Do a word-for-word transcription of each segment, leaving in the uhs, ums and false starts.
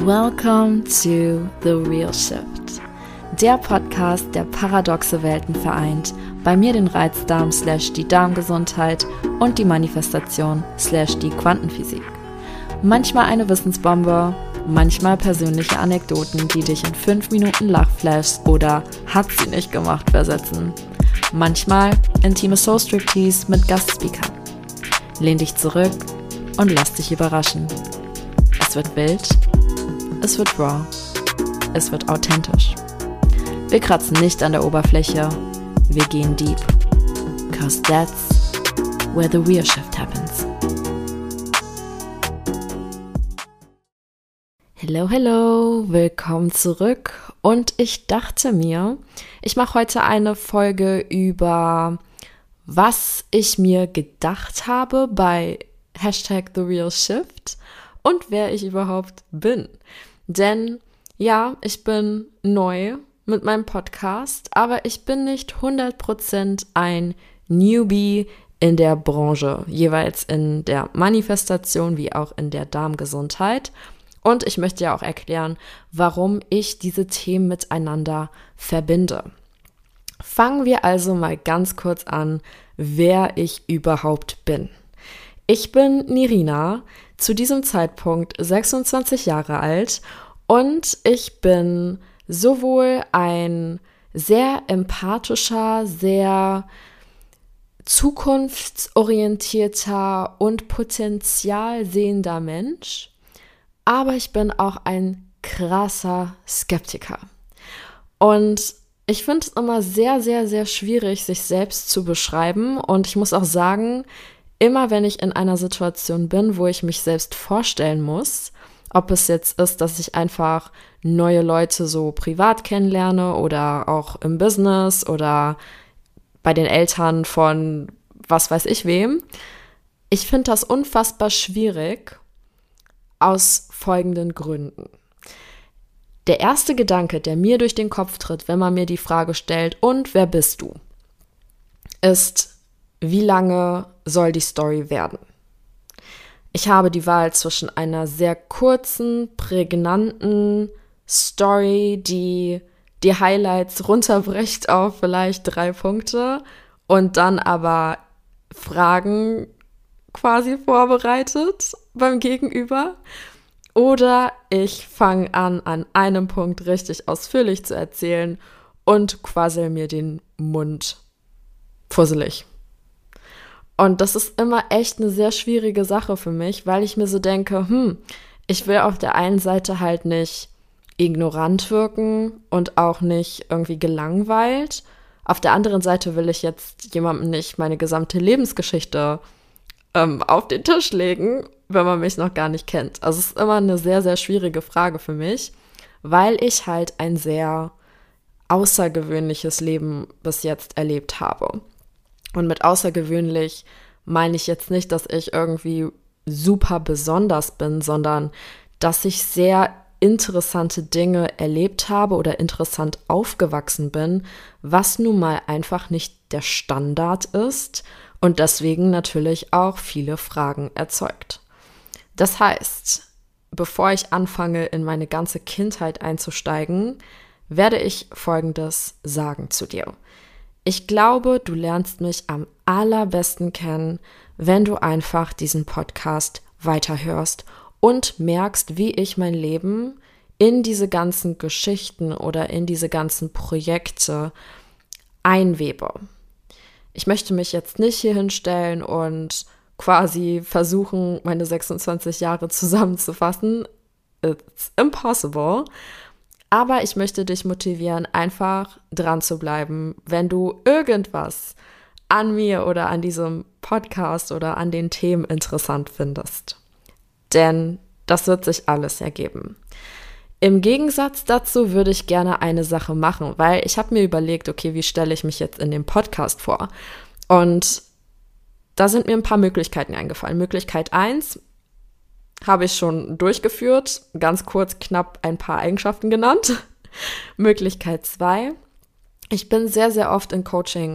Welcome to The Real Shift, der Podcast, der paradoxe Welten vereint, bei mir den Reizdarm slash die Darmgesundheit und die Manifestation slash die Quantenphysik. Manchmal eine Wissensbombe, manchmal persönliche Anekdoten, die dich in fünf Minuten Lachflashs oder hat sie nicht gemacht versetzen. Manchmal intime Soul-Striptease mit Gastspeakern. Lehn dich zurück und lass dich überraschen. Es wird wild, es wird raw, es wird authentisch. Wir kratzen nicht an der Oberfläche, wir gehen deep. Cause that's where the real shift happens. Hello, hello, willkommen zurück. Und ich dachte mir, ich mache heute eine Folge über, was ich mir gedacht habe bei Hashtag The Real Shift und wer ich überhaupt bin. Denn ja, ich bin neu mit meinem Podcast, aber ich bin nicht hundert Prozent ein Newbie in der Branche, jeweils in der Manifestation wie auch in der Darmgesundheit. Und ich möchte ja auch erklären, warum ich diese Themen miteinander verbinde. Fangen wir also mal ganz kurz an, wer ich überhaupt bin. Ich bin Nirina, zu diesem Zeitpunkt sechsundzwanzig Jahre alt und ich bin sowohl ein sehr empathischer, sehr zukunftsorientierter und potenzialsehender Mensch, aber ich bin auch ein krasser Skeptiker. Und ich finde es immer sehr, sehr, sehr schwierig, sich selbst zu beschreiben. Und ich muss auch sagen, immer wenn ich in einer Situation bin, wo ich mich selbst vorstellen muss, ob es jetzt ist, dass ich einfach neue Leute so privat kennenlerne oder auch im Business oder bei den Eltern von was weiß ich wem, ich finde das unfassbar schwierig aus folgenden Gründen. Der erste Gedanke, der mir durch den Kopf tritt, wenn man mir die Frage stellt, und wer bist du, ist, wie lange soll die Story werden? Ich habe die Wahl zwischen einer sehr kurzen, prägnanten Story, die die Highlights runterbricht auf vielleicht drei Punkte und dann aber Fragen quasi vorbereitet beim Gegenüber. Oder ich fange an, an einem Punkt richtig ausführlich zu erzählen und quassel mir den Mund fusselig. Und das ist immer echt eine sehr schwierige Sache für mich, weil ich mir so denke, hm, ich will auf der einen Seite halt nicht ignorant wirken und auch nicht irgendwie gelangweilt. Auf der anderen Seite will ich jetzt jemandem nicht meine gesamte Lebensgeschichte ähm, auf den Tisch legen, wenn man mich noch gar nicht kennt. Also es ist immer eine sehr, sehr schwierige Frage für mich, weil ich halt ein sehr außergewöhnliches Leben bis jetzt erlebt habe. Und mit außergewöhnlich meine ich jetzt nicht, dass ich irgendwie super besonders bin, sondern dass ich sehr interessante Dinge erlebt habe oder interessant aufgewachsen bin, was nun mal einfach nicht der Standard ist und deswegen natürlich auch viele Fragen erzeugt. Das heißt, bevor ich anfange, in meine ganze Kindheit einzusteigen, werde ich Folgendes sagen zu dir. Ich glaube, du lernst mich am allerbesten kennen, wenn du einfach diesen Podcast weiterhörst und merkst, wie ich mein Leben in diese ganzen Geschichten oder in diese ganzen Projekte einwebe. Ich möchte mich jetzt nicht hier hinstellen und quasi versuchen, meine sechsundzwanzig Jahre zusammenzufassen. It's impossible. Aber ich möchte dich motivieren, einfach dran zu bleiben, wenn du irgendwas an mir oder an diesem Podcast oder an den Themen interessant findest. Denn das wird sich alles ergeben. Im Gegensatz dazu würde ich gerne eine Sache machen, weil ich habe mir überlegt, okay, wie stelle ich mich jetzt in dem Podcast vor? Und da sind mir ein paar Möglichkeiten eingefallen. Möglichkeit eins habe ich schon durchgeführt, ganz kurz knapp ein paar Eigenschaften genannt. Möglichkeit zwei, ich bin sehr, sehr oft in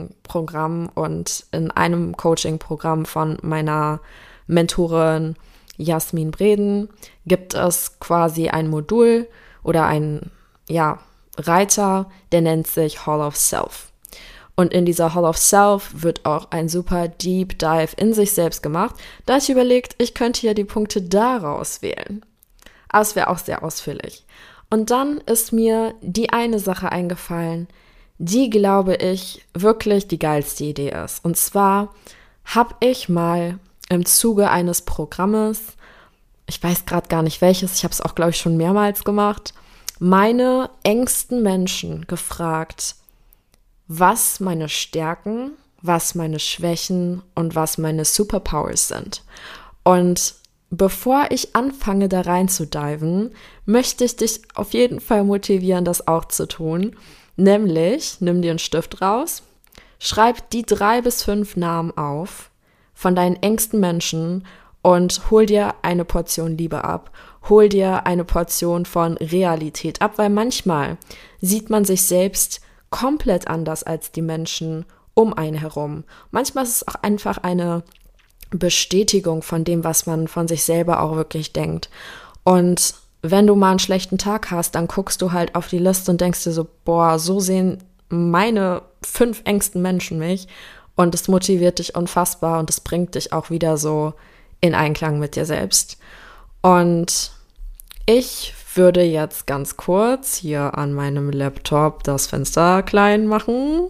Coaching-Programmen und in einem Coaching-Programm von meiner Mentorin Jasmin Breden, gibt es quasi ein Modul oder ein, ja, Reiter, der nennt sich Hall of Self. Und in dieser Hall of Self wird auch ein super Deep Dive in sich selbst gemacht, da ich überlegt, ich könnte ja die Punkte daraus wählen. Aber es wäre auch sehr ausführlich. Und dann ist mir die eine Sache eingefallen, die, glaube ich, wirklich die geilste Idee ist. Und zwar habe ich mal im Zuge eines Programmes, ich weiß gerade gar nicht welches, ich habe es auch, glaube ich, schon mehrmals gemacht, meine engsten Menschen gefragt, was meine Stärken, was meine Schwächen und was meine Superpowers sind. Und bevor ich anfange, da rein zu diven, möchte ich dich auf jeden Fall motivieren, das auch zu tun. Nämlich, nimm dir einen Stift raus, schreib die drei bis fünf Namen auf von deinen engsten Menschen und hol dir eine Portion Liebe ab. Hol dir eine Portion von Realität ab, weil manchmal sieht man sich selbst komplett anders als die Menschen um einen herum. Manchmal ist es auch einfach eine Bestätigung von dem, was man von sich selber auch wirklich denkt. Und wenn du mal einen schlechten Tag hast, dann guckst du halt auf die Liste und denkst dir so, boah, so sehen meine fünf engsten Menschen mich. Und es motiviert dich unfassbar und es bringt dich auch wieder so in Einklang mit dir selbst. Und ich würde jetzt ganz kurz hier an meinem Laptop das Fenster klein machen.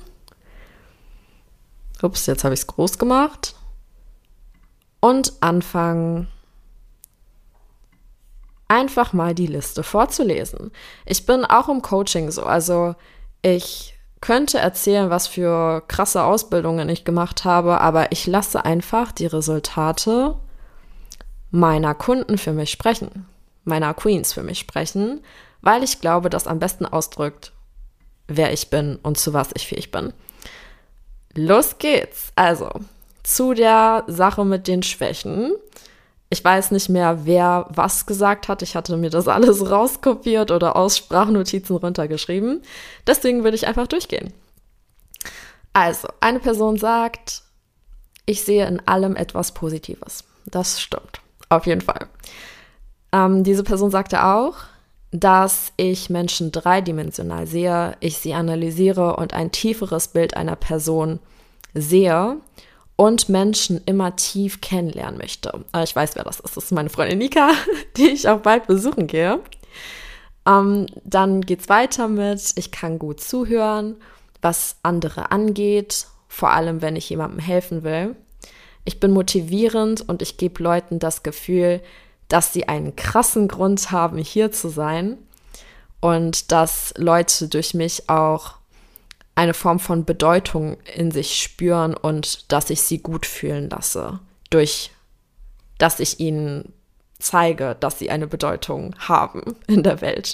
Ups, jetzt habe ich es groß gemacht. Und anfangen, einfach mal die Liste vorzulesen. Ich bin auch im Coaching so, also ich könnte erzählen, was für krasse Ausbildungen ich gemacht habe, aber ich lasse einfach die Resultate meiner Kunden für mich sprechen, meiner Queens für mich sprechen, weil ich glaube, das am besten ausdrückt, wer ich bin und zu was ich fähig bin. Los geht's! Also, zu der Sache mit den Schwächen. Ich weiß nicht mehr, wer was gesagt hat. Ich hatte mir das alles rauskopiert oder aus Sprachnotizen runtergeschrieben. Deswegen würde ich einfach durchgehen. Also, eine Person sagt, ich sehe in allem etwas Positives. Das stimmt, auf jeden Fall. Ähm, diese Person sagte auch, dass ich Menschen dreidimensional sehe, ich sie analysiere und ein tieferes Bild einer Person sehe und Menschen immer tief kennenlernen möchte. Ich weiß, wer das ist. Das ist meine Freundin Nika, die ich auch bald besuchen gehe. Ähm, dann geht's weiter mit, ich kann gut zuhören, was andere angeht, vor allem, wenn ich jemandem helfen will. Ich bin motivierend und ich gebe Leuten das Gefühl, dass sie einen krassen Grund haben, hier zu sein und dass Leute durch mich auch eine Form von Bedeutung in sich spüren und dass ich sie gut fühlen lasse, durch dass ich ihnen zeige, dass sie eine Bedeutung haben in der Welt.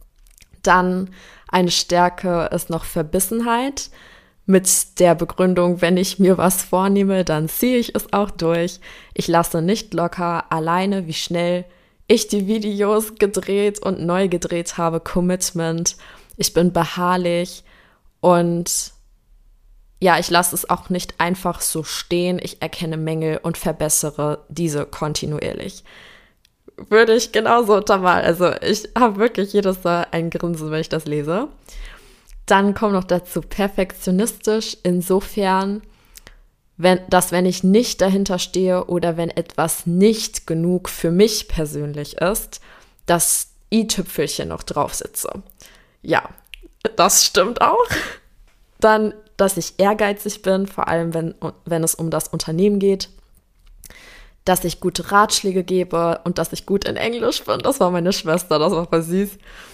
Dann eine Stärke ist noch Verbissenheit mit der Begründung, wenn ich mir was vornehme, dann ziehe ich es auch durch. Ich lasse nicht locker, alleine wie schnell ich die Videos gedreht und neu gedreht habe, Commitment. Ich bin beharrlich. Und ja, ich lasse es auch nicht einfach so stehen. Ich erkenne Mängel und verbessere diese kontinuierlich. Würde ich genauso untermalen. Also ich habe wirklich jedes Mal ein Grinsen, wenn ich das lese. Dann kommt noch dazu perfektionistisch, insofern, wenn, dass wenn ich nicht dahinter stehe oder wenn etwas nicht genug für mich persönlich ist, das i-Tüpfelchen noch drauf sitze. Ja. Das stimmt auch. Dann, dass ich ehrgeizig bin, vor allem wenn, wenn es um das Unternehmen geht. Dass ich gute Ratschläge gebe und dass ich gut in Englisch bin. Das war meine Schwester, das war voll süß.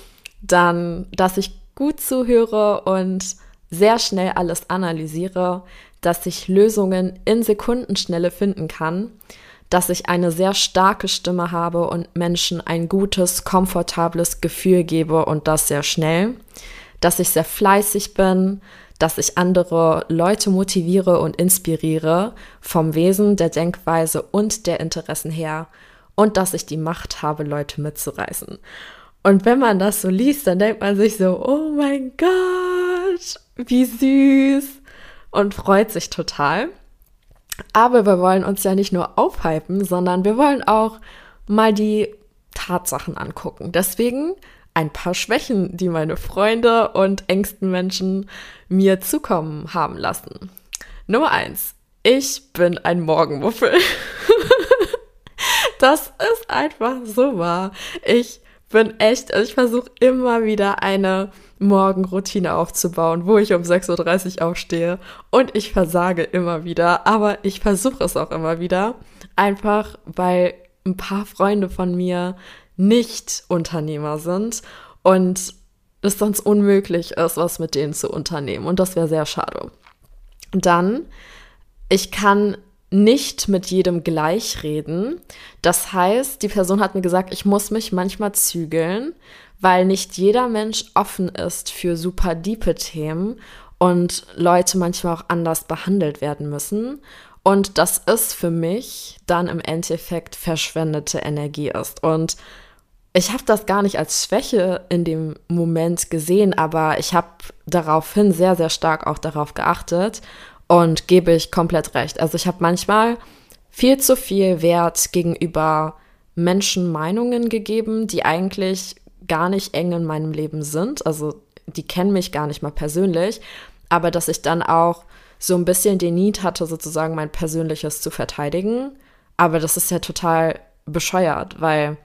Dann, dass ich gut zuhöre und sehr schnell alles analysiere. Dass ich Lösungen in Sekundenschnelle finden kann. Dass ich eine sehr starke Stimme habe und Menschen ein gutes, komfortables Gefühl gebe und das sehr schnell. Dass ich sehr fleißig bin, dass ich andere Leute motiviere und inspiriere, vom Wesen, der Denkweise und der Interessen her und dass ich die Macht habe, Leute mitzureißen. Und wenn man das so liest, dann denkt man sich so, oh mein Gott, wie süß und freut sich total. Aber wir wollen uns ja nicht nur aufhypen, sondern wir wollen auch mal die Tatsachen angucken. Deswegen ein paar Schwächen, die meine Freunde und engsten Menschen mir zukommen haben lassen. Nummer eins. Ich bin ein Morgenmuffel. Das ist einfach so wahr. Ich bin echt, also ich versuche immer wieder eine Morgenroutine aufzubauen, wo ich um sechs Uhr dreißig aufstehe und ich versage immer wieder, aber ich versuche es auch immer wieder, einfach weil ein paar Freunde von mir nicht Unternehmer sind und es sonst unmöglich ist, was mit denen zu unternehmen und das wäre sehr schade. Dann, ich kann nicht mit jedem gleich reden. Das heißt, die Person hat mir gesagt, ich muss mich manchmal zügeln, weil nicht jeder Mensch offen ist für super diepe Themen und Leute manchmal auch anders behandelt werden müssen. Und das ist für mich dann im Endeffekt verschwendete Energie ist. Und ich habe das gar nicht als Schwäche in dem Moment gesehen, aber ich habe daraufhin sehr, sehr stark auch darauf geachtet und gebe ich komplett recht. Also ich habe manchmal viel zu viel Wert gegenüber Menschenmeinungen gegeben, die eigentlich gar nicht eng in meinem Leben sind. Also die kennen mich gar nicht mal persönlich, aber dass ich dann auch so ein bisschen den Need hatte, sozusagen mein Persönliches zu verteidigen. Aber das ist ja total bescheuert, weil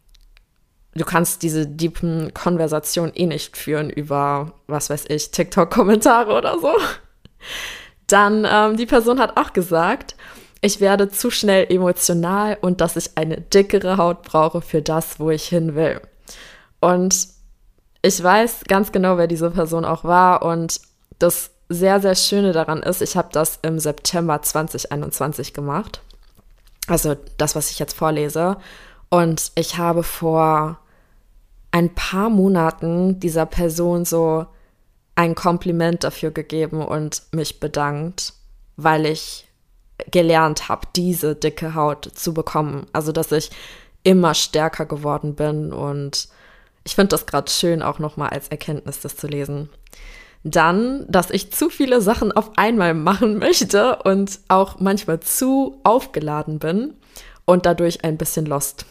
du kannst diese deepen Konversationen eh nicht führen über, was weiß ich, TikTok-Kommentare oder so. Dann, ähm, die Person hat auch gesagt, ich werde zu schnell emotional und dass ich eine dickere Haut brauche für das, wo ich hin will. Und ich weiß ganz genau, wer diese Person auch war und das sehr, sehr Schöne daran ist, ich habe das im September zwanzig einundzwanzig gemacht, also das, was ich jetzt vorlese, und ich habe vor ein paar Monaten dieser Person so ein Kompliment dafür gegeben und mich bedankt, weil ich gelernt habe, diese dicke Haut zu bekommen. Also, dass ich immer stärker geworden bin und ich finde das gerade schön, auch nochmal als Erkenntnis das zu lesen. Dann, dass ich zu viele Sachen auf einmal machen möchte und auch manchmal zu aufgeladen bin und dadurch ein bisschen lost.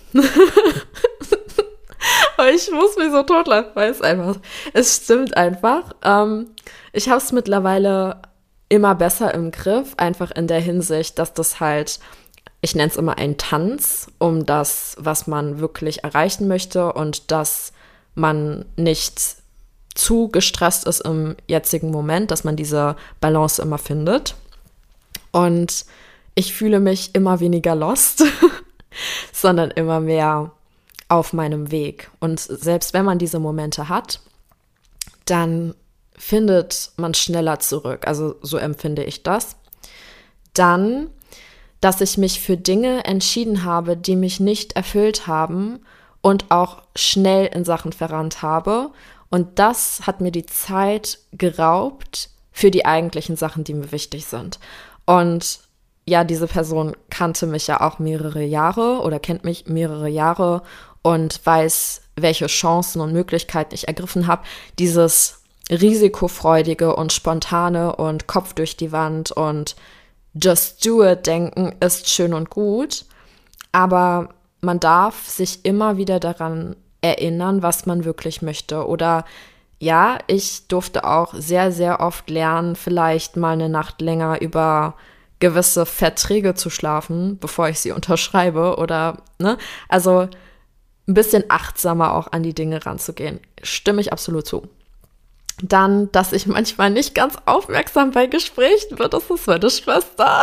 Aber ich muss mich so totlachen, weil es einfach, es stimmt einfach. Ähm, ich habe es mittlerweile immer besser im Griff, einfach in der Hinsicht, dass das halt, ich nenne es immer ein Tanz, um das, was man wirklich erreichen möchte und dass man nicht zu gestresst ist im jetzigen Moment, dass man diese Balance immer findet. Und ich fühle mich immer weniger lost, sondern immer mehr auf meinem Weg. Und selbst wenn man diese Momente hat, dann findet man schneller zurück. Also so empfinde ich das. Dann, dass ich mich für Dinge entschieden habe, die mich nicht erfüllt haben und auch schnell in Sachen verrannt habe. Und das hat mir die Zeit geraubt für die eigentlichen Sachen, die mir wichtig sind. Und ja, diese Person kannte mich ja auch mehrere Jahre oder kennt mich mehrere Jahre und weiß, welche Chancen und Möglichkeiten ich ergriffen habe. Dieses risikofreudige und spontane und Kopf durch die Wand und just do it denken ist schön und gut, aber man darf sich immer wieder daran erinnern, was man wirklich möchte. Oder ja, ich durfte auch sehr, sehr oft lernen, vielleicht mal eine Nacht länger über gewisse Verträge zu schlafen, bevor ich sie unterschreibe oder, ne, also ein bisschen achtsamer auch an die Dinge ranzugehen. Stimme ich absolut zu. Dann, dass ich manchmal nicht ganz aufmerksam bei Gesprächen bin, das ist meine Schwester.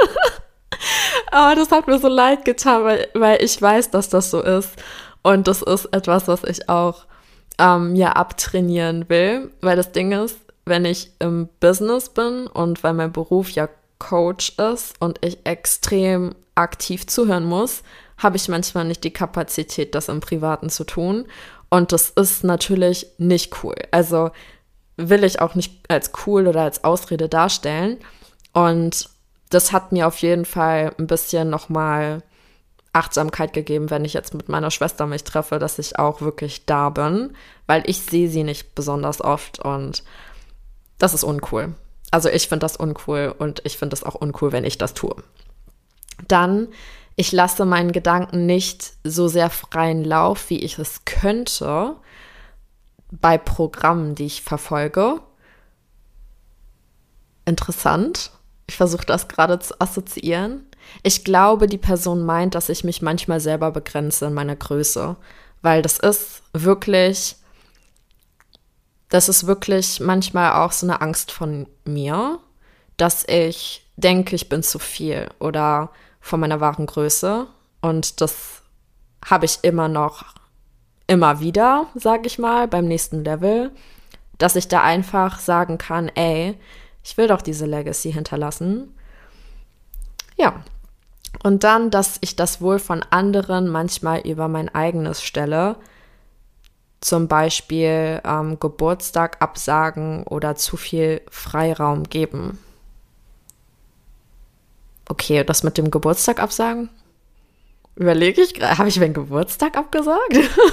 Aber das hat mir so leid getan, weil, weil ich weiß, dass das so ist. Und das ist etwas, was ich auch ähm, ja abtrainieren will. Weil das Ding ist, wenn ich im Business bin und weil mein Beruf ja Coach ist und ich extrem aktiv zuhören muss, habe ich manchmal nicht die Kapazität, das im Privaten zu tun. Und das ist natürlich nicht cool. Also will ich auch nicht als cool oder als Ausrede darstellen. Und das hat mir auf jeden Fall ein bisschen nochmal Achtsamkeit gegeben, wenn ich jetzt mit meiner Schwester mich treffe, dass ich auch wirklich da bin, weil ich sehe sie nicht besonders oft und das ist uncool. Also ich finde das uncool und ich finde es auch uncool, wenn ich das tue. Dann, Ich lasse meinen Gedanken nicht so sehr freien Lauf, wie ich es könnte bei Programmen, die ich verfolge. Interessant. Ich versuche das gerade zu assoziieren. Ich glaube, die Person meint, dass ich mich manchmal selber begrenze in meiner Größe, weil das ist wirklich, das ist wirklich manchmal auch so eine Angst von mir, dass ich denke, ich bin zu viel oder von meiner wahren Größe. Und das habe ich immer noch, immer wieder, sage ich mal, beim nächsten Level, dass ich da einfach sagen kann, ey, ich will doch diese Legacy hinterlassen. Ja. Und dann, dass ich das Wohl von anderen manchmal über mein eigenes stelle. Zum Beispiel ähm, Geburtstag absagen oder zu viel Freiraum geben. Okay, das mit dem Geburtstag absagen? Überlege ich gerade, habe ich meinen Geburtstag abgesagt?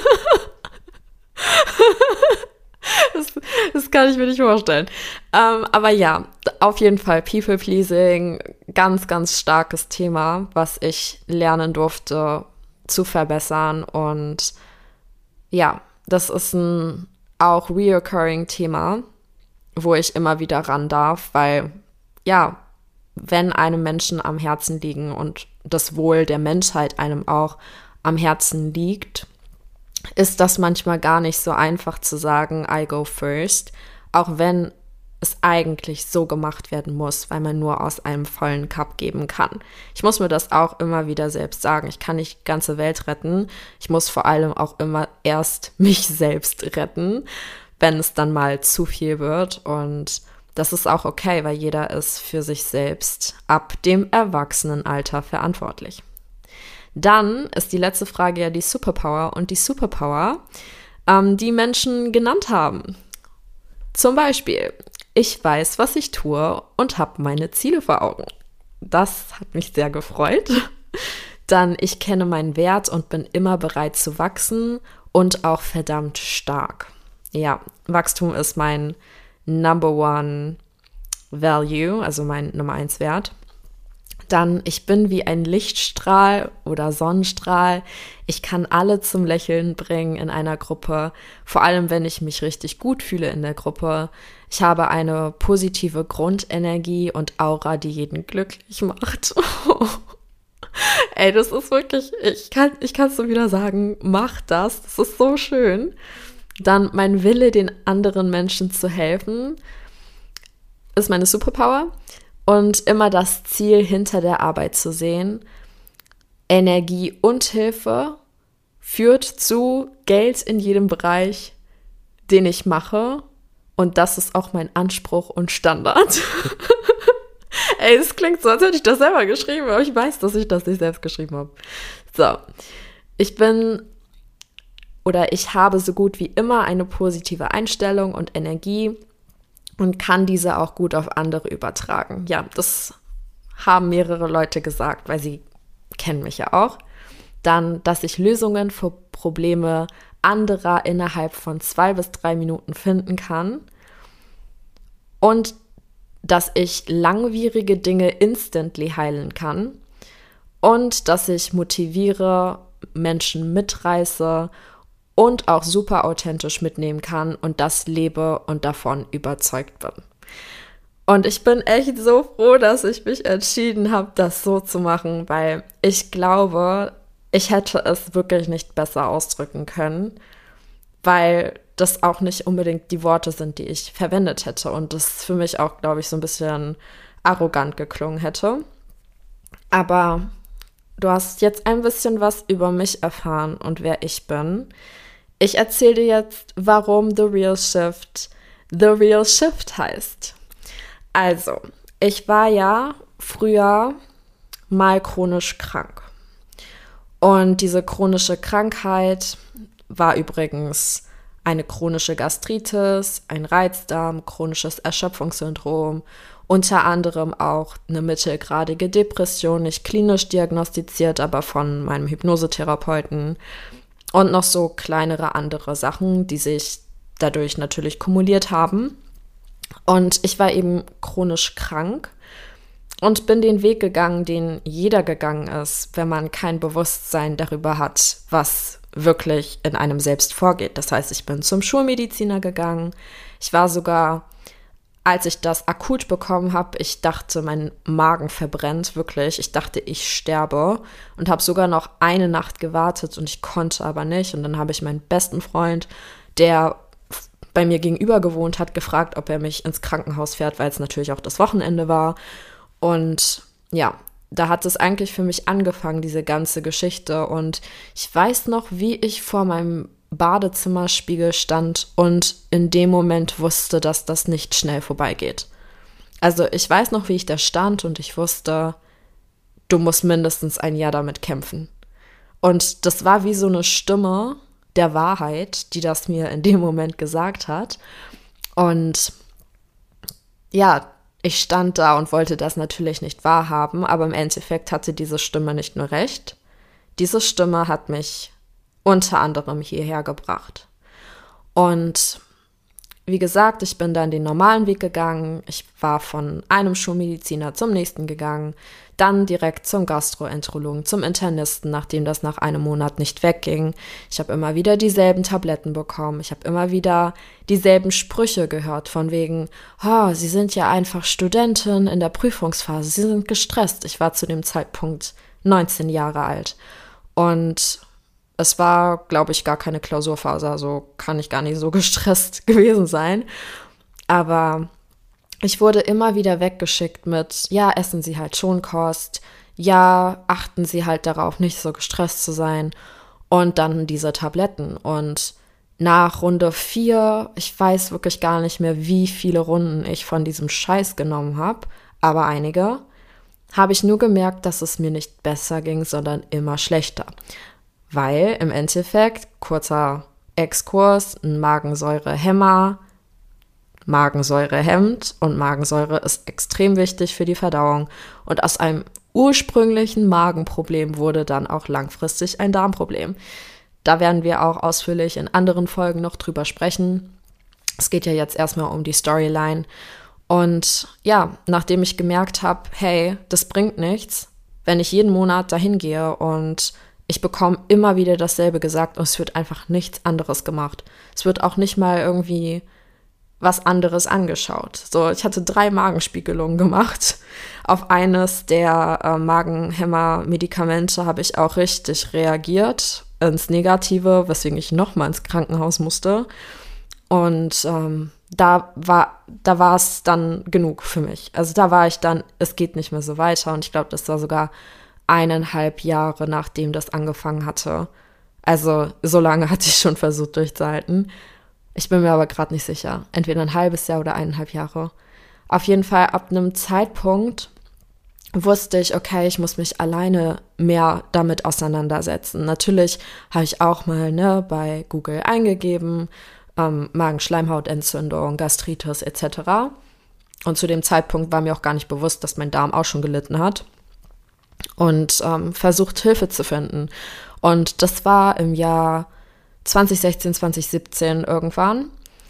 das, das kann ich mir nicht vorstellen. Ähm, aber ja, auf jeden Fall People-Pleasing, ganz, ganz starkes Thema, was ich lernen durfte zu verbessern. Und ja, das ist ein auch reoccurring Thema, wo ich immer wieder ran darf, weil ja, wenn einem Menschen am Herzen liegen und das Wohl der Menschheit einem auch am Herzen liegt, ist das manchmal gar nicht so einfach zu sagen, I go first, auch wenn es eigentlich so gemacht werden muss, weil man nur aus einem vollen Cup geben kann. Ich muss mir das auch immer wieder selbst sagen. Ich kann nicht die ganze Welt retten. Ich muss vor allem auch immer erst mich selbst retten, wenn es dann mal zu viel wird. Und das ist auch okay, weil jeder ist für sich selbst ab dem Erwachsenenalter verantwortlich. Dann ist die letzte Frage ja die Superpower und die Superpower, ähm, die Menschen genannt haben. Zum Beispiel, ich weiß, was ich tue und habe meine Ziele vor Augen. Das hat mich sehr gefreut. Dann, ich kenne meinen Wert und bin immer bereit zu wachsen und auch verdammt stark. Ja, Wachstum ist mein Number One Value, also mein Nummer eins Wert. Dann, ich bin wie ein Lichtstrahl oder Sonnenstrahl. Ich kann alle zum Lächeln bringen in einer Gruppe, vor allem wenn ich mich richtig gut fühle in der Gruppe. Ich habe eine positive Grundenergie und Aura, die jeden glücklich macht. Ey, das ist wirklich, ich kann ich kann es so wieder sagen, mach das, das ist so schön. Dann mein Wille, den anderen Menschen zu helfen, ist meine Superpower. Und immer das Ziel hinter der Arbeit zu sehen. Energie und Hilfe führt zu Geld in jedem Bereich, den ich mache. Und das ist auch mein Anspruch und Standard. Ey, es klingt so, als hätte ich das selber geschrieben, aber ich weiß, dass ich das nicht selbst geschrieben habe. So, ich bin oder ich habe so gut wie immer eine positive Einstellung und Energie und kann diese auch gut auf andere übertragen. Ja, das haben mehrere Leute gesagt, weil sie kennen mich ja auch. Dann, dass ich Lösungen für Probleme anderer innerhalb von zwei bis drei Minuten finden kann. Und dass ich langwierige Dinge instantly heilen kann. Und dass ich motiviere, Menschen mitreiße und auch super authentisch mitnehmen kann und das lebe und davon überzeugt bin. Und ich bin echt so froh, dass ich mich entschieden habe, das so zu machen, weil ich glaube, ich hätte es wirklich nicht besser ausdrücken können, weil das auch nicht unbedingt die Worte sind, die ich verwendet hätte und das für mich auch, glaube ich, so ein bisschen arrogant geklungen hätte. Aber du hast jetzt ein bisschen was über mich erfahren und wer ich bin. Ich erzähle dir jetzt, warum The Real Shift The Real Shift heißt. Also, ich war ja früher mal chronisch krank. Und diese chronische Krankheit war übrigens eine chronische Gastritis, ein Reizdarm, chronisches Erschöpfungssyndrom, unter anderem auch eine mittelgradige Depression, nicht klinisch diagnostiziert, aber von meinem Hypnosetherapeuten. Und noch so kleinere andere Sachen, die sich dadurch natürlich kumuliert haben. Und ich war eben chronisch krank und bin den Weg gegangen, den jeder gegangen ist, wenn man kein Bewusstsein darüber hat, was wirklich in einem selbst vorgeht. Das heißt, ich bin zum Schulmediziner gegangen. Ich war sogar, als ich das akut bekommen habe, ich dachte, mein Magen verbrennt, wirklich. Ich dachte, ich sterbe und habe sogar noch eine Nacht gewartet und ich konnte aber nicht. Und dann habe ich meinen besten Freund, der bei mir gegenüber gewohnt hat, gefragt, ob er mich ins Krankenhaus fährt, weil es natürlich auch das Wochenende war. Und ja, da hat es eigentlich für mich angefangen, diese ganze Geschichte. Und ich weiß noch, wie ich vor meinem Badezimmerspiegel stand und in dem Moment wusste, dass das nicht schnell vorbeigeht. Also ich weiß noch, wie ich da stand und ich wusste, du musst mindestens ein Jahr damit kämpfen. Und das war wie so eine Stimme der Wahrheit, die das mir in dem Moment gesagt hat. Und ja, ich stand da und wollte das natürlich nicht wahrhaben, aber im Endeffekt hatte diese Stimme nicht nur recht. Diese Stimme hat mich unter anderem hierher gebracht. Und wie gesagt, ich bin dann den normalen Weg gegangen. Ich war von einem Schulmediziner zum nächsten gegangen, dann direkt zum Gastroenterologen, zum Internisten, nachdem das nach einem Monat nicht wegging. Ich habe immer wieder dieselben Tabletten bekommen. Ich habe immer wieder dieselben Sprüche gehört, von wegen, oh, Sie sind ja einfach Studentin in der Prüfungsphase, Sie sind gestresst. Ich war zu dem Zeitpunkt neunzehn Jahre alt. Und es war, glaube ich, gar keine Klausurphase, also kann ich gar nicht so gestresst gewesen sein. Aber ich wurde immer wieder weggeschickt mit, ja, essen Sie halt Schonkost, ja, achten Sie halt darauf, nicht so gestresst zu sein. Und dann diese Tabletten. Und nach Runde vier, ich weiß wirklich gar nicht mehr, wie viele Runden ich von diesem Scheiß genommen habe, aber einige, habe ich nur gemerkt, dass es mir nicht besser ging, sondern immer schlechter. Weil im Endeffekt, kurzer Exkurs, ein Magensäurehemmer, Magensäure hemmt und Magensäure ist extrem wichtig für die Verdauung. Und aus einem ursprünglichen Magenproblem wurde dann auch langfristig ein Darmproblem. Da werden wir auch ausführlich in anderen Folgen noch drüber sprechen. Es geht ja jetzt erstmal um die Storyline. Und ja, nachdem ich gemerkt habe, hey, das bringt nichts, wenn ich jeden Monat dahin gehe und ich bekomme immer wieder dasselbe gesagt und es wird einfach nichts anderes gemacht. Es wird auch nicht mal irgendwie was anderes angeschaut. So, ich hatte drei Magenspiegelungen gemacht. Auf eines der äh, Magenhämmer-Medikamente habe ich auch richtig reagiert, ins Negative, weswegen ich nochmal ins Krankenhaus musste. Und ähm, da war da war es dann genug für mich. Also da war ich dann, es geht nicht mehr so weiter. Und ich glaube, das war sogar eineinhalb Jahre, nachdem das angefangen hatte. Also so lange hatte ich schon versucht durchzuhalten. Ich bin mir aber gerade nicht sicher. Entweder ein halbes Jahr oder eineinhalb Jahre. Auf jeden Fall ab einem Zeitpunkt wusste ich, okay, ich muss mich alleine mehr damit auseinandersetzen. Natürlich habe ich auch mal ne, bei Google eingegeben, ähm, Magenschleimhautentzündung, Gastritis et cetera. Und zu dem Zeitpunkt war mir auch gar nicht bewusst, dass mein Darm auch schon gelitten hat. Und ähm, versucht, Hilfe zu finden. Und das war im Jahr zwanzig sechzehn, zwanzig siebzehn irgendwann.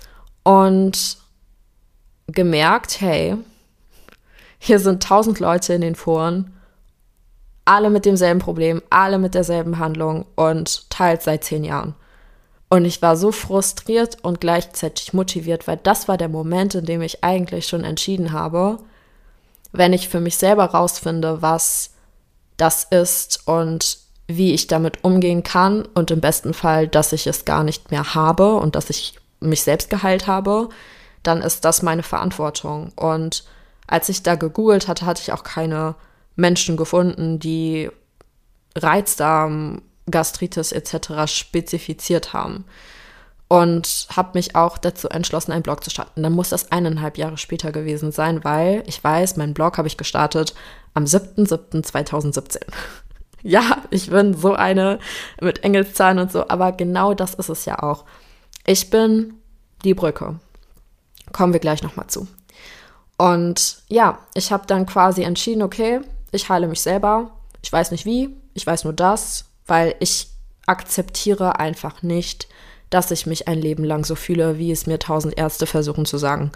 Und gemerkt, hey, hier sind tausend Leute in den Foren, alle mit demselben Problem, alle mit derselben Handlung und teils seit zehn Jahren. Und ich war so frustriert und gleichzeitig motiviert, weil das war der Moment, in dem ich eigentlich schon entschieden habe, wenn ich für mich selber rausfinde, was das ist und wie ich damit umgehen kann und im besten Fall, dass ich es gar nicht mehr habe und dass ich mich selbst geheilt habe, dann ist das meine Verantwortung. Und als ich da gegoogelt hatte, hatte ich auch keine Menschen gefunden, die Reizdarm, Gastritis et cetera spezifiziert haben. Und habe mich auch dazu entschlossen, einen Blog zu starten. Dann muss das eineinhalb Jahre später gewesen sein, weil ich weiß, meinen Blog habe ich gestartet am siebten siebten zweitausendsiebzehn. Ja, ich bin so eine mit Engelszahlen und so, aber genau das ist es ja auch. Ich bin die Brücke. Kommen wir gleich nochmal zu. Und ja, ich habe dann quasi entschieden, okay, ich heile mich selber. Ich weiß nicht wie, ich weiß nur das, weil ich akzeptiere einfach nicht, dass ich mich ein Leben lang so fühle, wie es mir tausend Ärzte versuchen zu sagen.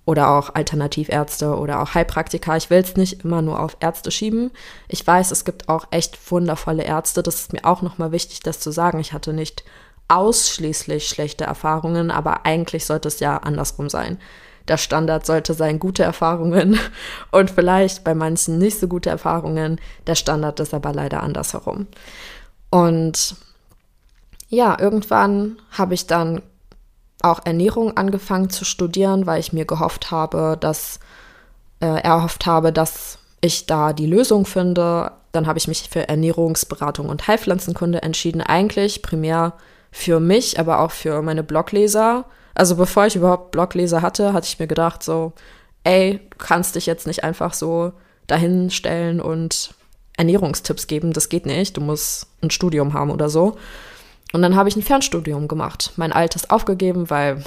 oder auch Alternativärzte oder auch Heilpraktiker. Ich will es nicht immer nur auf Ärzte schieben. Ich weiß, es gibt auch echt wundervolle Ärzte. Das ist mir auch nochmal wichtig, das zu sagen. Ich hatte nicht ausschließlich schlechte Erfahrungen, aber eigentlich sollte es ja andersrum sein. Der Standard sollte sein gute Erfahrungen und vielleicht bei manchen nicht so gute Erfahrungen. Der Standard ist aber leider andersherum. Und ja, irgendwann habe ich dann auch Ernährung angefangen zu studieren, weil ich mir gehofft habe, dass äh, erhofft habe, dass ich da die Lösung finde. Dann habe ich mich für Ernährungsberatung und Heilpflanzenkunde entschieden, eigentlich primär für mich, aber auch für meine Blogleser. Also bevor ich überhaupt Blogleser hatte, hatte ich mir gedacht so, ey, du kannst dich jetzt nicht einfach so dahin stellen und Ernährungstipps geben, das geht nicht, du musst ein Studium haben oder so. Und dann habe ich ein Fernstudium gemacht, mein altes aufgegeben, weil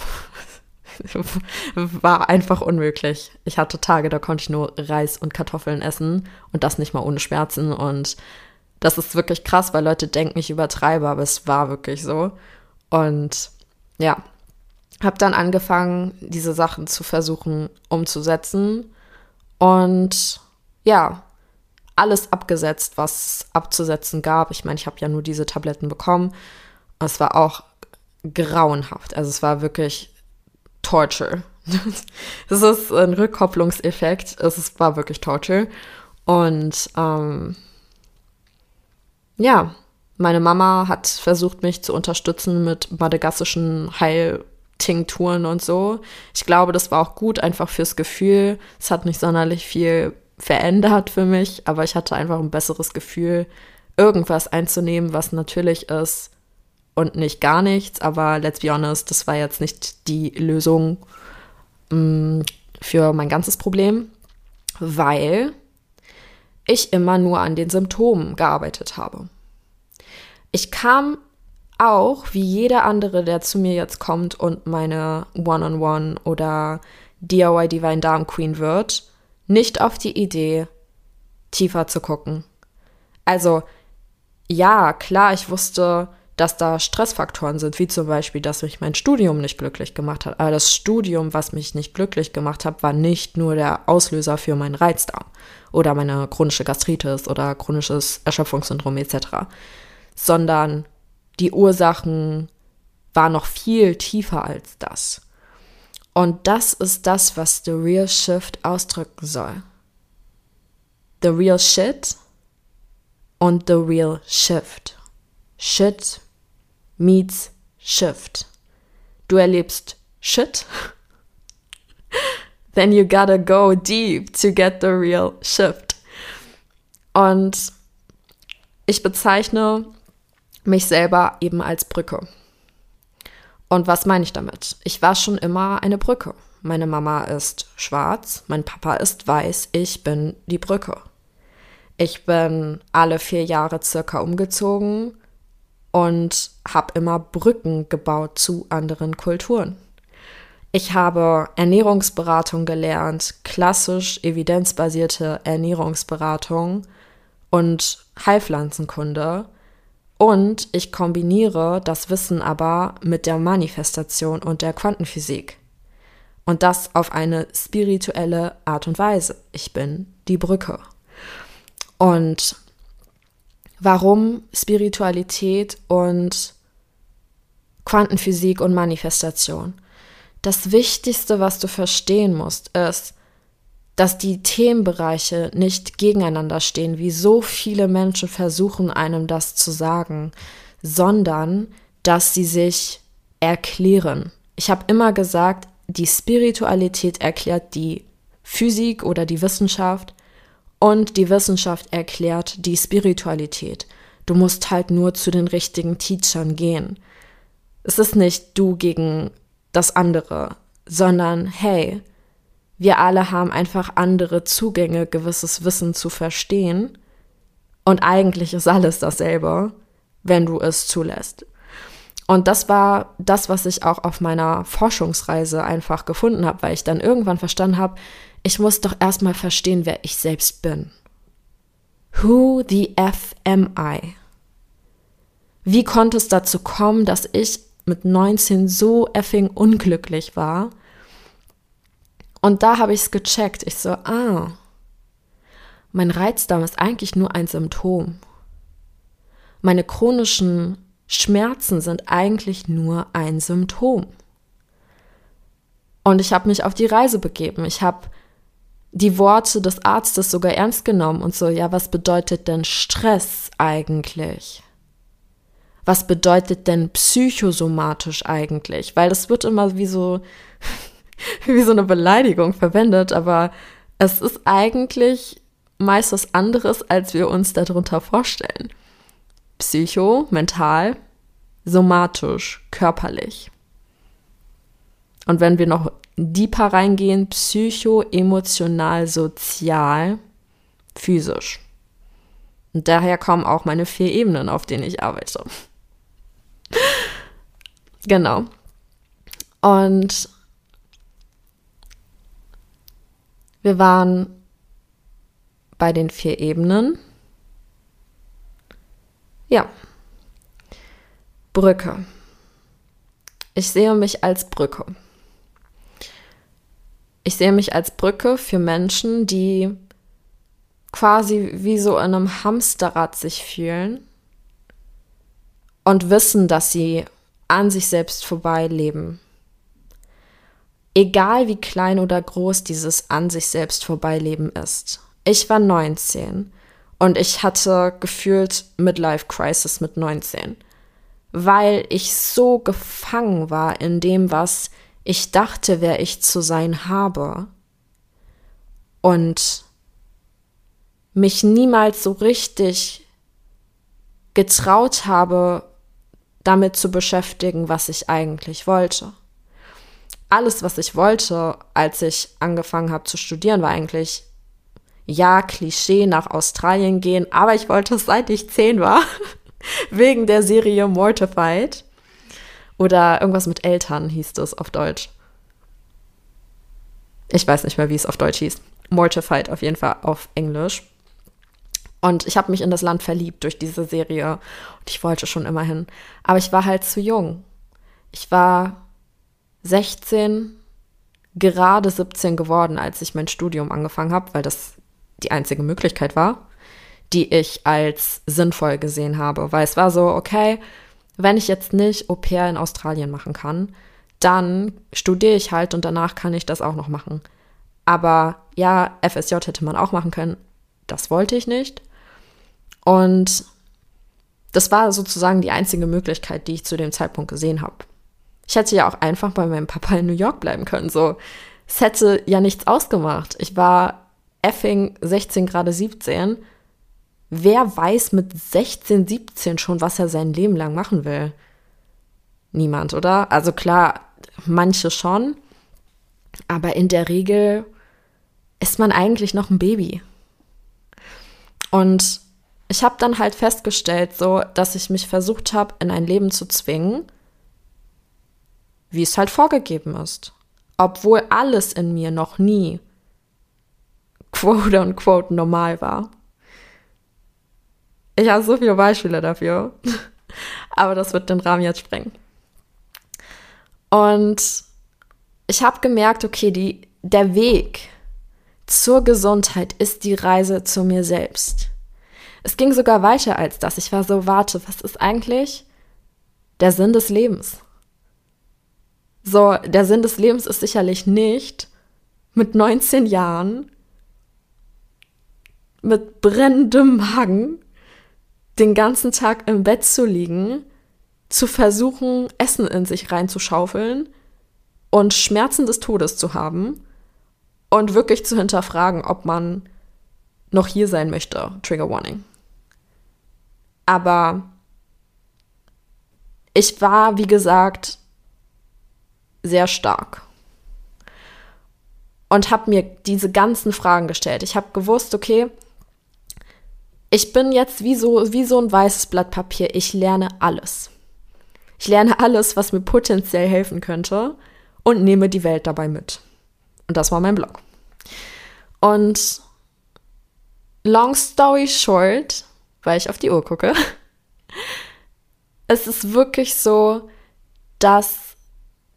war einfach unmöglich. Ich hatte Tage, da konnte ich nur Reis und Kartoffeln essen und das nicht mal ohne Schmerzen. Und das ist wirklich krass, weil Leute denken, ich übertreibe, aber es war wirklich so. Und ja, habe dann angefangen, diese Sachen zu versuchen umzusetzen und ja, alles abgesetzt, was es abzusetzen gab. Ich meine, ich habe ja nur diese Tabletten bekommen. Es war auch grauenhaft. Also es war wirklich Torture. Das ist ein Rückkopplungseffekt. Es war wirklich Torture. Und ähm, ja, meine Mama hat versucht, mich zu unterstützen mit madagassischen Heiltinkturen und so. Ich glaube, das war auch gut, einfach fürs Gefühl. Es hat nicht sonderlich viel verändert für mich, aber ich hatte einfach ein besseres Gefühl, irgendwas einzunehmen, was natürlich ist und nicht gar nichts. Aber let's be honest, das war jetzt nicht die Lösung mh, für mein ganzes Problem, weil ich immer nur an den Symptomen gearbeitet habe. Ich kam auch, wie jeder andere, der zu mir jetzt kommt und meine One-on-One oder D I Y Divine Darm Queen wird, nicht auf die Idee, tiefer zu gucken. Also, ja, klar, ich wusste, dass da Stressfaktoren sind, wie zum Beispiel, dass mich mein Studium nicht glücklich gemacht hat. Aber das Studium, was mich nicht glücklich gemacht hat, war nicht nur der Auslöser für meinen Reizdarm oder meine chronische Gastritis oder chronisches Erschöpfungssyndrom et cetera, sondern die Ursachen waren noch viel tiefer als das. Und das ist das, was The Real Shift ausdrücken soll. The Real Shit und The Real Shift. Shit meets Shift. Du erlebst Shit, then you gotta go deep to get the real shift. Und ich bezeichne mich selber eben als Brücke. Und was meine ich damit? Ich war schon immer eine Brücke. Meine Mama ist schwarz, mein Papa ist weiß, ich bin die Brücke. Ich bin alle vier Jahre circa umgezogen und habe immer Brücken gebaut zu anderen Kulturen. Ich habe Ernährungsberatung gelernt, klassisch evidenzbasierte Ernährungsberatung und Heilpflanzenkunde. Und ich kombiniere das Wissen aber mit der Manifestation und der Quantenphysik. Und das auf eine spirituelle Art und Weise. Ich bin die Brücke. Und warum Spiritualität und Quantenphysik und Manifestation? Das Wichtigste, was du verstehen musst, ist, dass die Themenbereiche nicht gegeneinander stehen, wie so viele Menschen versuchen, einem das zu sagen, sondern dass sie sich erklären. Ich habe immer gesagt, die Spiritualität erklärt die Physik oder die Wissenschaft und die Wissenschaft erklärt die Spiritualität. Du musst halt nur zu den richtigen Teachern gehen. Es ist nicht du gegen das andere, sondern hey, wir alle haben einfach andere Zugänge, gewisses Wissen zu verstehen. Und eigentlich ist alles dasselbe, wenn du es zulässt. Und das war das, was ich auch auf meiner Forschungsreise einfach gefunden habe, weil ich dann irgendwann verstanden habe, ich muss doch erstmal verstehen, wer ich selbst bin. Who the F am I? Wie konnte es dazu kommen, dass ich mit neunzehn so effing unglücklich war Und da habe ich es gecheckt. Ich so, ah, mein Reizdarm ist eigentlich nur ein Symptom. Meine chronischen Schmerzen sind eigentlich nur ein Symptom. Und ich habe mich auf die Reise begeben. Ich habe die Worte des Arztes sogar ernst genommen und so, ja, was bedeutet denn Stress eigentlich? Was bedeutet denn psychosomatisch eigentlich? Weil das wird immer wie so, wie so eine Beleidigung verwendet, aber es ist eigentlich meist was anderes, als wir uns darunter vorstellen. Psycho, mental, somatisch, körperlich. Und wenn wir noch deeper reingehen, psycho, emotional, sozial, physisch. Und daher kommen auch meine vier Ebenen, auf denen ich arbeite. Genau. Und wir waren bei den vier Ebenen. Ja. Brücke. Ich sehe mich als Brücke. Ich sehe mich als Brücke für Menschen, die quasi wie so in einem Hamsterrad sich fühlen und wissen, dass sie an sich selbst vorbeileben. Egal wie klein oder groß dieses an sich selbst vorbeileben ist. Ich war neunzehn und ich hatte gefühlt Midlife Crisis mit neunzehn, weil ich so gefangen war in dem, was ich dachte, wer ich zu sein habe und mich niemals so richtig getraut habe, damit zu beschäftigen, was ich eigentlich wollte. Alles, was ich wollte, als ich angefangen habe zu studieren, war eigentlich, ja, Klischee, nach Australien gehen, aber ich wollte es, seit ich zehn war, wegen der Serie Mortified. Oder irgendwas mit Eltern hieß das auf Deutsch. Ich weiß nicht mehr, wie es auf Deutsch hieß. Mortified auf jeden Fall auf Englisch. Und ich habe mich in das Land verliebt durch diese Serie. Und ich wollte schon immer hin. Aber ich war halt zu jung. Ich war sechzehn, gerade siebzehn geworden, als ich mein Studium angefangen habe, weil das die einzige Möglichkeit war, die ich als sinnvoll gesehen habe. Weil es war so, okay, wenn ich jetzt nicht Au pair in Australien machen kann, dann studiere ich halt und danach kann ich das auch noch machen. Aber ja, F S J hätte man auch machen können. Das wollte ich nicht. Und das war sozusagen die einzige Möglichkeit, die ich zu dem Zeitpunkt gesehen habe. Ich hätte ja auch einfach bei meinem Papa in New York bleiben können. So, es hätte ja nichts ausgemacht. Ich war effing sechzehn, gerade siebzehn. Wer weiß mit sechzehn, siebzehn schon, was er sein Leben lang machen will? Niemand, oder? Also klar, manche schon. Aber in der Regel ist man eigentlich noch ein Baby. Und ich habe dann halt festgestellt, so, dass ich mich versucht habe, in ein Leben zu zwingen, wie es halt vorgegeben ist. Obwohl alles in mir noch nie quote unquote normal war. Ich habe so viele Beispiele dafür. Aber das wird den Rahmen jetzt sprengen. Und ich habe gemerkt, okay, die, der Weg zur Gesundheit ist die Reise zu mir selbst. Es ging sogar weiter als das. Ich war so, warte, was ist eigentlich der Sinn des Lebens? So, der Sinn des Lebens ist sicherlich nicht, mit neunzehn Jahren, mit brennendem Magen, den ganzen Tag im Bett zu liegen, zu versuchen, Essen in sich reinzuschaufeln und Schmerzen des Todes zu haben und wirklich zu hinterfragen, ob man noch hier sein möchte. Trigger Warning. Aber ich war, wie gesagt, sehr stark und habe mir diese ganzen Fragen gestellt. Ich habe gewusst, okay, ich bin jetzt wie so, wie so ein weißes Blatt Papier. Ich lerne alles. Ich lerne alles, was mir potenziell helfen könnte und nehme die Welt dabei mit. Und das war mein Blog. Und long story short, weil ich auf die Uhr gucke, es ist wirklich so, dass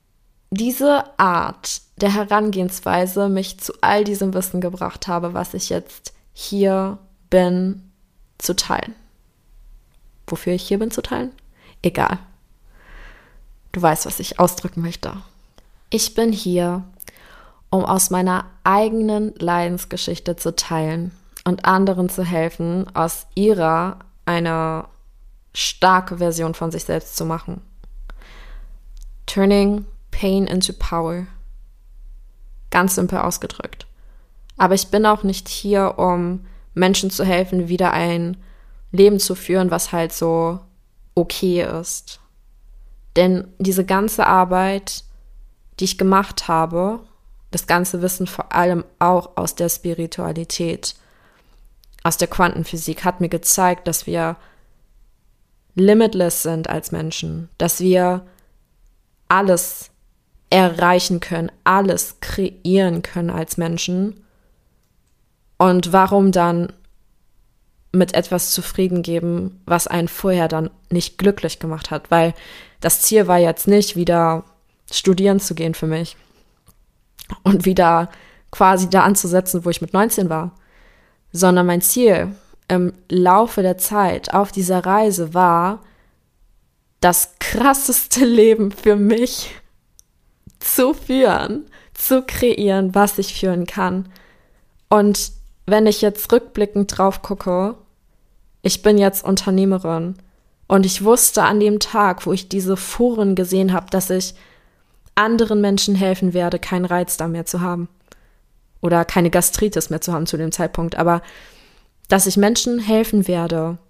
diese Art der Herangehensweise mich zu all diesem Wissen gebracht habe, was ich jetzt hier bin, zu teilen. Wofür ich hier bin zu teilen? Egal. Du weißt, was ich ausdrücken möchte. Ich bin hier, um aus meiner eigenen Leidensgeschichte zu teilen und anderen zu helfen, aus ihrer eine starke Version von sich selbst zu machen. Turning Pain into Power. Ganz simpel ausgedrückt. Aber ich bin auch nicht hier, um Menschen zu helfen, wieder ein Leben zu führen, was halt so okay ist. Denn diese ganze Arbeit, die ich gemacht habe, das ganze Wissen vor allem auch aus der Spiritualität, aus der Quantenphysik, hat mir gezeigt, dass wir limitless sind als Menschen, dass wir alles erreichen können, alles kreieren können als Menschen. Und warum dann mit etwas zufrieden geben, was einen vorher dann nicht glücklich gemacht hat? Weil das Ziel war jetzt nicht, wieder studieren zu gehen für mich und wieder quasi da anzusetzen, wo ich mit neunzehn war, sondern mein Ziel im Laufe der Zeit auf dieser Reise war, das krasseste Leben für mich zu führen, zu kreieren, was ich führen kann. Und wenn ich jetzt rückblickend drauf gucke, ich bin jetzt Unternehmerin und ich wusste an dem Tag, wo ich diese Foren gesehen habe, dass ich anderen Menschen helfen werde, keinen Reiz da mehr zu haben oder keine Gastritis mehr zu haben zu dem Zeitpunkt, aber dass ich Menschen helfen werde,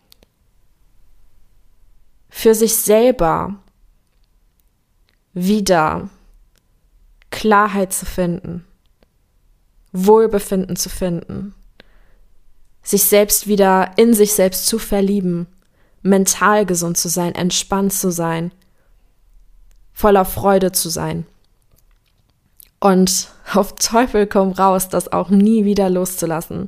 für sich selber wieder Klarheit zu finden, Wohlbefinden zu finden, sich selbst wieder in sich selbst zu verlieben, mental gesund zu sein, entspannt zu sein, voller Freude zu sein und auf Teufel komm raus, das auch nie wieder loszulassen.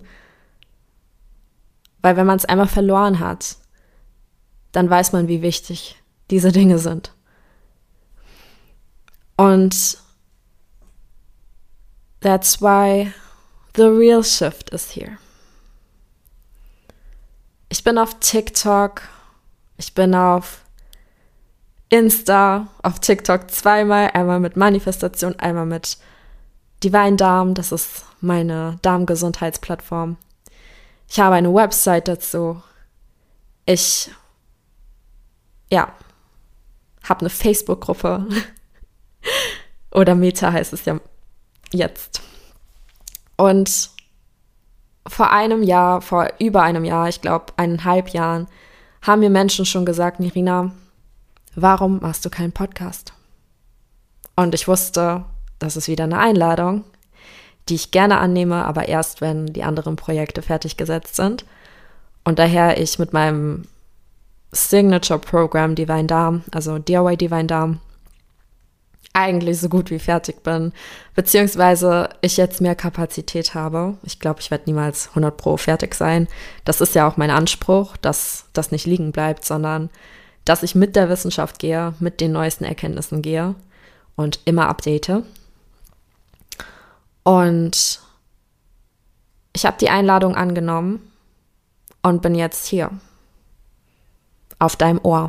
Weil wenn man es einmal verloren hat, dann weiß man, wie wichtig diese Dinge sind. Und that's why the real shift is here. Ich bin auf TikTok, ich bin auf Insta, auf TikTok zweimal, einmal mit Manifestation, einmal mit Divine Darm, das ist meine Darmgesundheitsplattform. Ich habe eine Website dazu. Ich, ja, habe eine Facebook-Gruppe. Oder Meta heißt es ja jetzt. Und vor einem Jahr, vor über einem Jahr, ich glaube eineinhalb Jahren, haben mir Menschen schon gesagt, Nirina, warum machst du keinen Podcast? Und ich wusste, das ist wieder eine Einladung, die ich gerne annehme, aber erst, wenn die anderen Projekte fertig gesetzt sind. Und daher ich mit meinem Signature-Programm Divine Darm, also D I Y Divine Darm, eigentlich so gut wie fertig bin, beziehungsweise ich jetzt mehr Kapazität habe. Ich glaube, ich werde niemals hundert Pro fertig sein. Das ist ja auch mein Anspruch, dass das nicht liegen bleibt, sondern dass ich mit der Wissenschaft gehe, mit den neuesten Erkenntnissen gehe und immer update. Und ich habe die Einladung angenommen und bin jetzt hier auf deinem Ohr.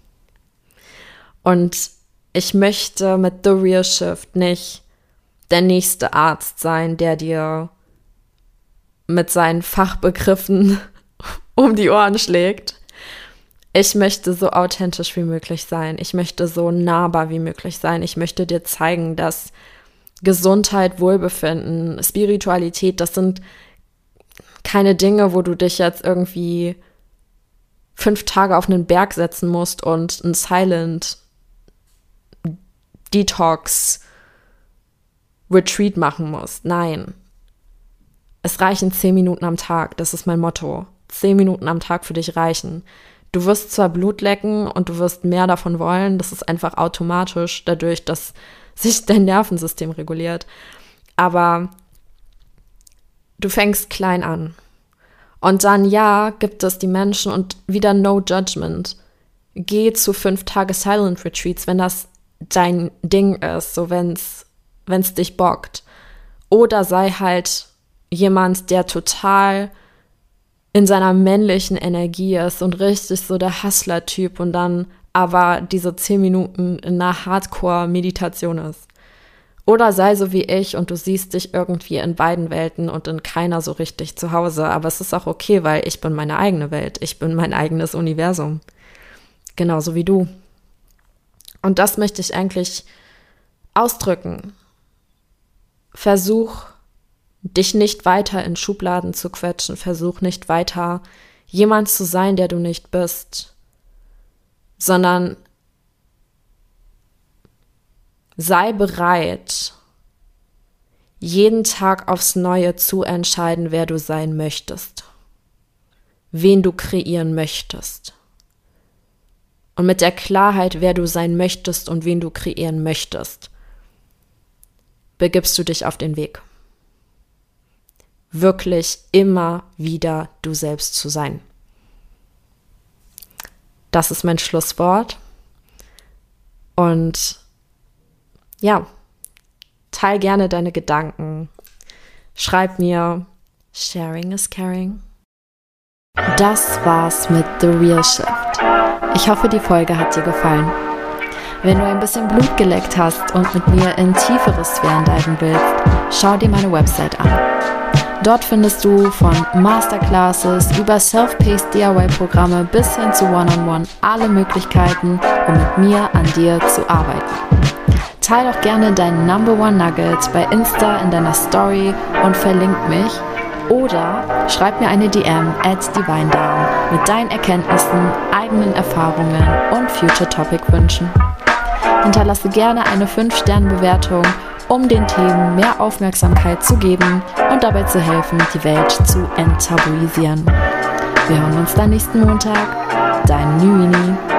Und ich möchte mit The Real Shift nicht der nächste Arzt sein, der dir mit seinen Fachbegriffen um die Ohren schlägt. Ich möchte so authentisch wie möglich sein. Ich möchte so nahbar wie möglich sein. Ich möchte dir zeigen, dass Gesundheit, Wohlbefinden, Spiritualität, das sind keine Dinge, wo du dich jetzt irgendwie fünf Tage auf einen Berg setzen musst und ein Silent Detox Retreat machen musst. Nein. Es reichen zehn Minuten am Tag. Das ist mein Motto. Zehn Minuten am Tag für dich reichen. Du wirst zwar Blut lecken und du wirst mehr davon wollen. Das ist einfach automatisch dadurch, dass sich dein Nervensystem reguliert. Aber du fängst klein an. Und dann, ja, gibt es die Menschen und wieder no judgment. Geh zu fünf Tage Silent Retreats, wenn das dein Ding ist, so wenn's, wenn's dich bockt. Oder sei halt jemand, der total in seiner männlichen Energie ist und richtig so der Hustler-Typ und dann aber diese zehn Minuten in einer Hardcore-Meditation ist. Oder sei so wie ich und du siehst dich irgendwie in beiden Welten und in keiner so richtig zu Hause. Aber es ist auch okay, weil ich bin meine eigene Welt. Ich bin mein eigenes Universum. Genauso wie du. Und das möchte ich eigentlich ausdrücken. Versuch, dich nicht weiter in Schubladen zu quetschen. Versuch nicht weiter jemand zu sein, der du nicht bist. Sondern sei bereit, jeden Tag aufs Neue zu entscheiden, wer du sein möchtest, wen du kreieren möchtest. Und mit der Klarheit, wer du sein möchtest und wen du kreieren möchtest, begibst du dich auf den Weg. Wirklich immer wieder du selbst zu sein. Das ist mein Schlusswort. Und ja, teil gerne deine Gedanken. Schreib mir, sharing is caring. Das war's mit The Real Shift. Ich hoffe, die Folge hat dir gefallen. Wenn du ein bisschen Blut geleckt hast und mit mir in tiefere Sphären diven willst, schau dir meine Website an. Dort findest du von Masterclasses über Self-Paced D I Y-Programme bis hin zu One-on-One alle Möglichkeiten, um mit mir an dir zu arbeiten. Teil doch gerne deinen Number One Nugget bei Insta in deiner Story und verlink mich oder schreib mir eine D M at divinedarm mit deinen Erkenntnissen, eigenen Erfahrungen und Future Topic Wünschen. Hinterlasse gerne eine fünf Sterne Bewertung, um den Themen mehr Aufmerksamkeit zu geben und dabei zu helfen, die Welt zu enttabuisieren. Wir hören uns dann nächsten Montag. Dein Nüini.